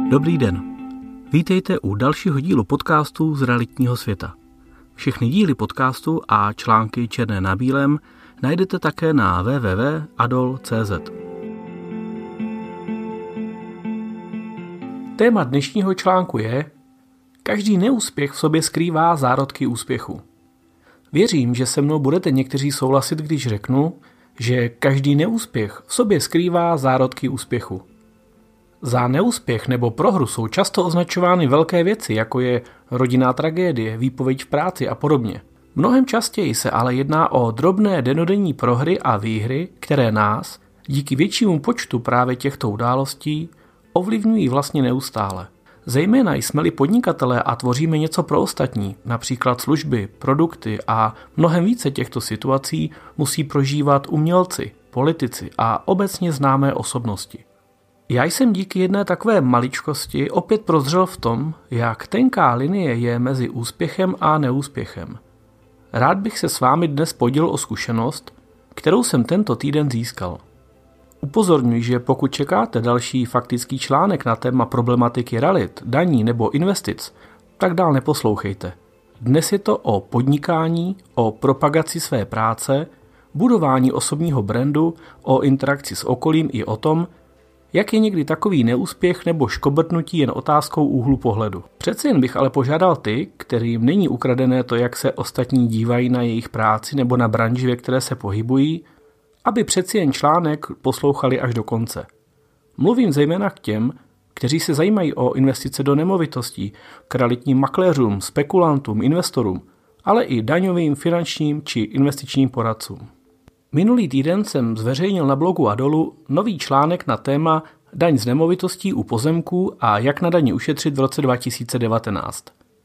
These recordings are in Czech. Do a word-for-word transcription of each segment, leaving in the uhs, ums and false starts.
Dobrý den. Vítejte u dalšího dílu podcastu z realitního světa. Všechny díly podcastu a články černé na bílém najdete také na w w w tečka adol tečka c z. Téma dnešního článku je: každý neúspěch v sobě skrývá zárodky úspěchu. Věřím, že se mnou budete někteří souhlasit, když řeknu, že každý neúspěch v sobě skrývá zárodky úspěchu. Za neúspěch nebo prohru jsou často označovány velké věci, jako je rodinná tragédie, výpověď v práci a podobně. Mnohem častěji se ale jedná o drobné dennodenní prohry a výhry, které nás, díky většímu počtu právě těchto událostí, ovlivňují vlastně neustále. Zejména jsme-li podnikatelé a tvoříme něco pro ostatní, například služby, produkty, a mnohem více těchto situací musí prožívat umělci, politici a obecně známé osobnosti. Já jsem díky jedné takové maličkosti opět prozřel v tom, jak tenká linie je mezi úspěchem a neúspěchem. Rád bych se s vámi dnes podělil o zkušenost, kterou jsem tento týden získal. Upozorňuji, že pokud čekáte další faktický článek na téma problematiky realit, daní nebo investic, tak dál neposlouchejte. Dnes je to o podnikání, o propagaci své práce, budování osobního brandu, o interakci s okolím i o tom, jak je někdy takový neúspěch nebo škobrtnutí jen otázkou úhlu pohledu. Přece jen bych ale požádal ty, kterým není ukradené to, jak se ostatní dívají na jejich práci nebo na branži, ve které se pohybují, aby přeci jen článek poslouchali až do konce. Mluvím zejména k těm, kteří se zajímají o investice do nemovitostí, k realitním makléřům, spekulantům, investorům, ale i daňovým, finančním či investičním poradcům. Minulý týden jsem zveřejnil na blogu Adolu nový článek na téma daň z nemovitostí u pozemků a jak na dani ušetřit v roce dva tisíce devatenáct.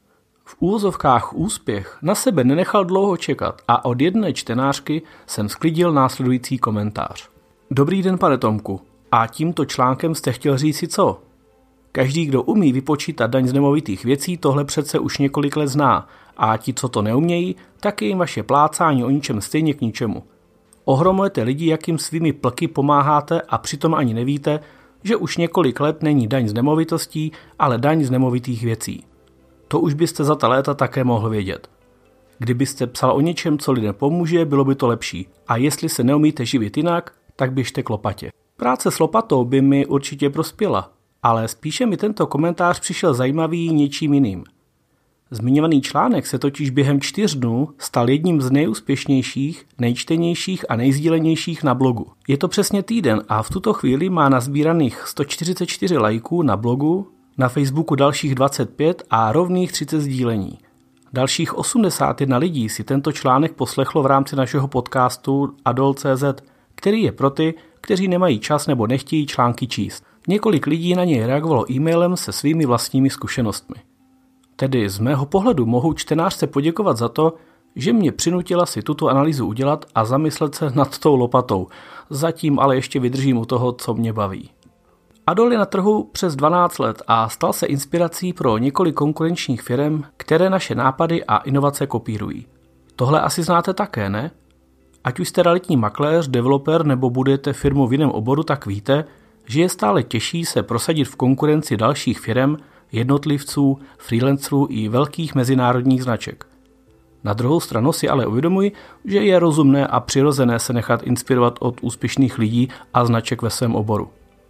V úvozovkách úspěch na sebe nenechal dlouho čekat a od jedné čtenářky jsem sklidil následující komentář. Dobrý den, pane Tomku. A tímto článkem jste chtěl říci co? Každý, kdo umí vypočítat daň z nemovitých věcí, tohle přece už několik let zná, a ti, co to neumějí, tak je jim vaše plácání o ničem stejně k ničemu. Ohromujete lidi, jakým svými plky pomáháte, a přitom ani nevíte, že už několik let není daň z nemovitostí, ale daň z nemovitých věcí. To už byste za ta léta také mohl vědět. Kdybyste psal o něčem, co lidem pomůže, bylo by to lepší. A jestli se neumíte živit jinak, tak běžte k lopatě. Práce s lopatou by mi určitě prospěla, ale spíše mi tento komentář přišel zajímavý něčím jiným. Zmiňovaný článek se totiž během čtyř dnů stal jedním z nejúspěšnějších, nejčtenějších a nejsdílenějších na blogu. Je to přesně týden a v tuto chvíli má nazbíraných sto čtyřicet čtyři lajků na blogu, na Facebooku dalších dvacet pět a rovných třicet sdílení. Dalších osmdesát jedna lidí si tento článek poslechlo v rámci našeho podcastu adol tečka c z, který je pro ty, kteří nemají čas nebo nechtějí články číst. Několik lidí na něj reagovalo e-mailem se svými vlastními zkušenostmi. Tedy z mého pohledu mohu čtenářce poděkovat za to, že mě přinutila si tuto analýzu udělat a zamyslet se nad tou lopatou. Zatím ale ještě vydržím u toho, co mě baví. Adol je na trhu přes dvanáct let a stal se inspirací pro několik konkurenčních firm, které naše nápady a inovace kopírují. Tohle asi znáte také, ne? Ať už jste realitní makléř, developer nebo budujete firmu v jiném oboru, tak víte, že je stále těžší se prosadit v konkurenci dalších firm, jednotlivců, freelancerů i velkých mezinárodních značek. Na druhou stranu si ale uvědomuji, že je rozumné a přirozené se nechat inspirovat od úspěšných lidí a značek ve svém oboru.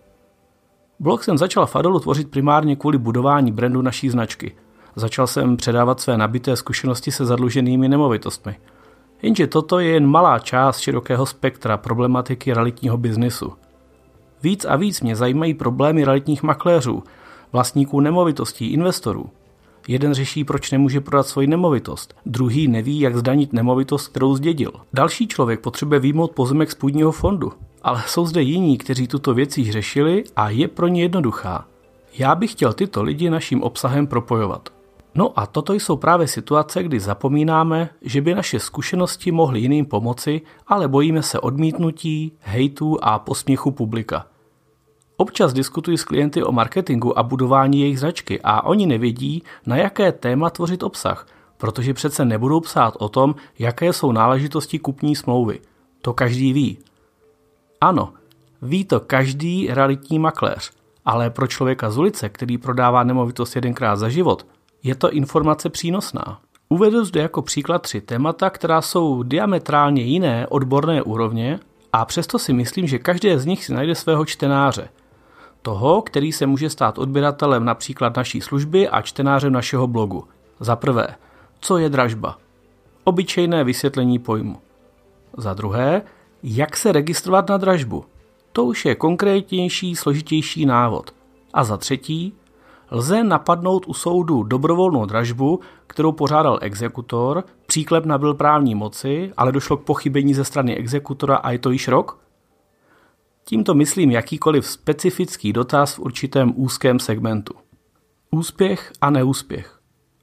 Blog jsem začal v Adolu tvořit primárně kvůli budování brandu naší značky. Začal jsem předávat své nabité zkušenosti se zadluženými nemovitostmi. Jenže toto je jen malá část širokého spektra problematiky realitního biznisu. Víc a víc mě zajímají problémy realitních makléřů, vlastníků nemovitostí, investorů. Jeden řeší, proč nemůže prodat svoji nemovitost, druhý neví, jak zdanit nemovitost, kterou zdědil. Další člověk potřebuje vyjmout pozemek z půdního fondu. Ale jsou zde jiní, kteří tuto věc již řešili a je pro ně jednoduchá. Já bych chtěl tyto lidi naším obsahem propojovat. No a toto jsou právě situace, kdy zapomínáme, že by naše zkušenosti mohly jiným pomoci, ale bojíme se odmítnutí, hejtů a posměchu publika. Občas diskutuji s klienty o marketingu a budování jejich značky a oni nevědí, na jaké téma tvořit obsah, protože přece nebudou psát o tom, jaké jsou náležitosti kupní smlouvy. To každý ví. Ano, ví to každý realitní makléř, ale pro člověka z ulice, který prodává nemovitost jedenkrát za život, je to informace přínosná. Uvedu zde jako příklad tři témata, která jsou diametrálně jiné odborné úrovně a přesto si myslím, že každé z nich si najde svého čtenáře. Toho, který se může stát odběratelem například naší služby a čtenářem našeho blogu. Za prvé, co je dražba? Obyčejné vysvětlení pojmu. Za druhé, jak se registrovat na dražbu? To už je konkrétnější, složitější návod. A za třetí, lze napadnout u soudu dobrovolnou dražbu, kterou pořádal exekutor, příklep nabyl právní moci, ale došlo k pochybení ze strany exekutora a je to již rok? Tímto myslím jakýkoliv specifický dotaz v určitém úzkém segmentu. Úspěch a neúspěch.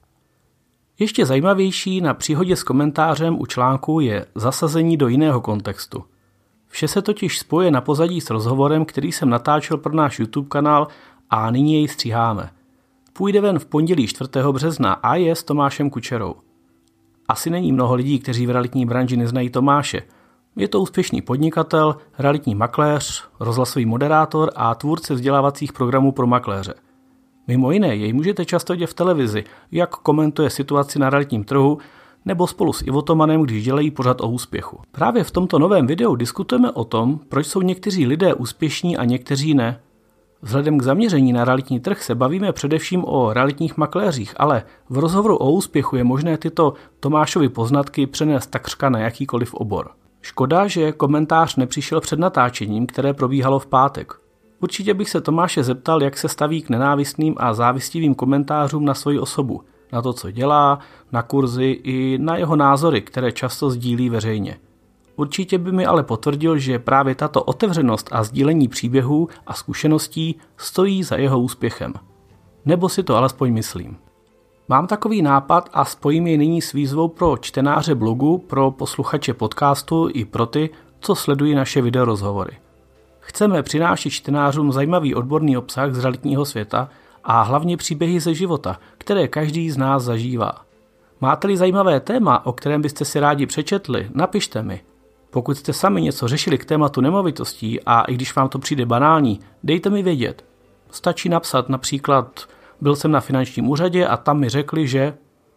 Ještě zajímavější na příhodě s komentářem u článku je zasazení do jiného kontextu. Vše se totiž spoje na pozadí s rozhovorem, který jsem natáčel pro náš YouTube kanál a nyní jej stříháme. Půjde ven v pondělí čtvrtého března a je s Tomášem Kučerou. Asi není mnoho lidí, kteří v realitní branži neznají Tomáše. Je to úspěšný podnikatel, realitní makléř, rozhlasový moderátor a tvůrce vzdělávacích programů pro makléře. Mimo jiné jej můžete často vidět v televizi, jak komentuje situaci na realitním trhu, nebo spolu s Ivo Tomanem, když dělají pořad o úspěchu. Právě v tomto novém videu diskutujeme o tom, proč jsou někteří lidé úspěšní a někteří ne. Vzhledem k zaměření na realitní trh se bavíme především o realitních makléřích, ale v rozhovoru o úspěchu je možné tyto Tomášovy poznatky přenést takřka na jakýkoliv obor. Škoda, že komentář nepřišel před natáčením, které probíhalo v pátek. Určitě bych se Tomáše zeptal, jak se staví k nenávistným a závistivým komentářům na svoji osobu, na to, co dělá, na kurzy i na jeho názory, které často sdílí veřejně. Určitě by mi ale potvrdil, že právě tato otevřenost a sdílení příběhů a zkušeností stojí za jeho úspěchem. Nebo si to alespoň myslím. Mám takový nápad a spojím jej nyní s výzvou pro čtenáře blogu, pro posluchače podcastu i pro ty, co sledují naše videorozhovory. Chceme přinášet čtenářům zajímavý odborný obsah z realitního světa a hlavně příběhy ze života, které každý z nás zažívá. Máte-li zajímavé téma, o kterém byste si rádi přečetli, napište mi. Pokud jste sami něco řešili k tématu nemovitostí a i když vám to přijde banální, dejte mi vědět. Stačí napsat například byl jsem na finančním úřadě a tam mi řekli, že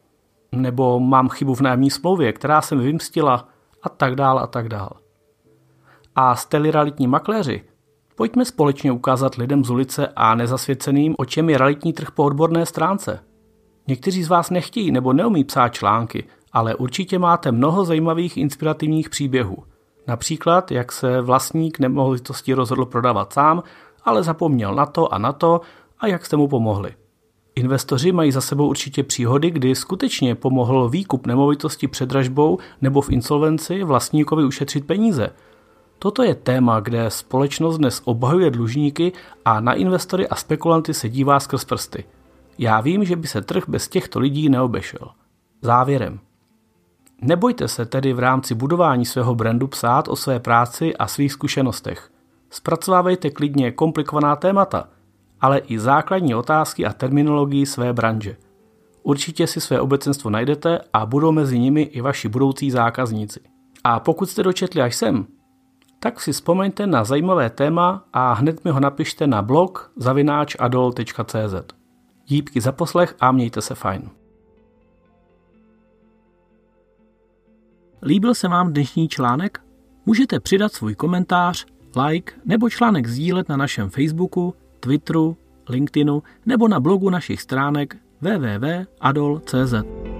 nebo mám chybu v nájemní smlouvě, která se mi vymstila a tak dál a tak dál. A jste-li realitní makléři, pojďme společně ukázat lidem z ulice a nezasvěceným, o čem je realitní trh po odborné stránce. Někteří z vás nechtějí nebo neumí psát články, ale určitě máte mnoho zajímavých inspirativních příběhů. Například, jak se vlastník nemovitosti rozhodl prodávat sám, ale zapomněl na to a na to a jak jste mu pomohli. Investoři mají za sebou určitě příhody, kdy skutečně pomohl výkup nemovitosti před dražbou nebo v insolvenci vlastníkovi ušetřit peníze. Toto je téma, kde společnost dnes obhajuje dlužníky a na investory a spekulanty se dívá skrz prsty. Já vím, že by se trh bez těchto lidí neobešel. Závěrem. Nebojte se tedy v rámci budování svého brandu psát o své práci a svých zkušenostech. Zpracovávejte klidně komplikovaná témata, ale i základní otázky a terminologii své branže. Určitě si své obecenstvo najdete a budou mezi nimi i vaši budoucí zákazníci. A pokud jste dočetli až sem, tak si vzpomeňte na zajímavé téma a hned mi ho napište na blog zavináč adol tečka cé zet. Díky za poslech a mějte se fajn. Líbil se vám dnešní článek? Můžete přidat svůj komentář, like nebo článek sdílet na našem Facebooku, Twitteru, LinkedInu nebo na blogu našich stránek w w w tečka adol tečka cé zet.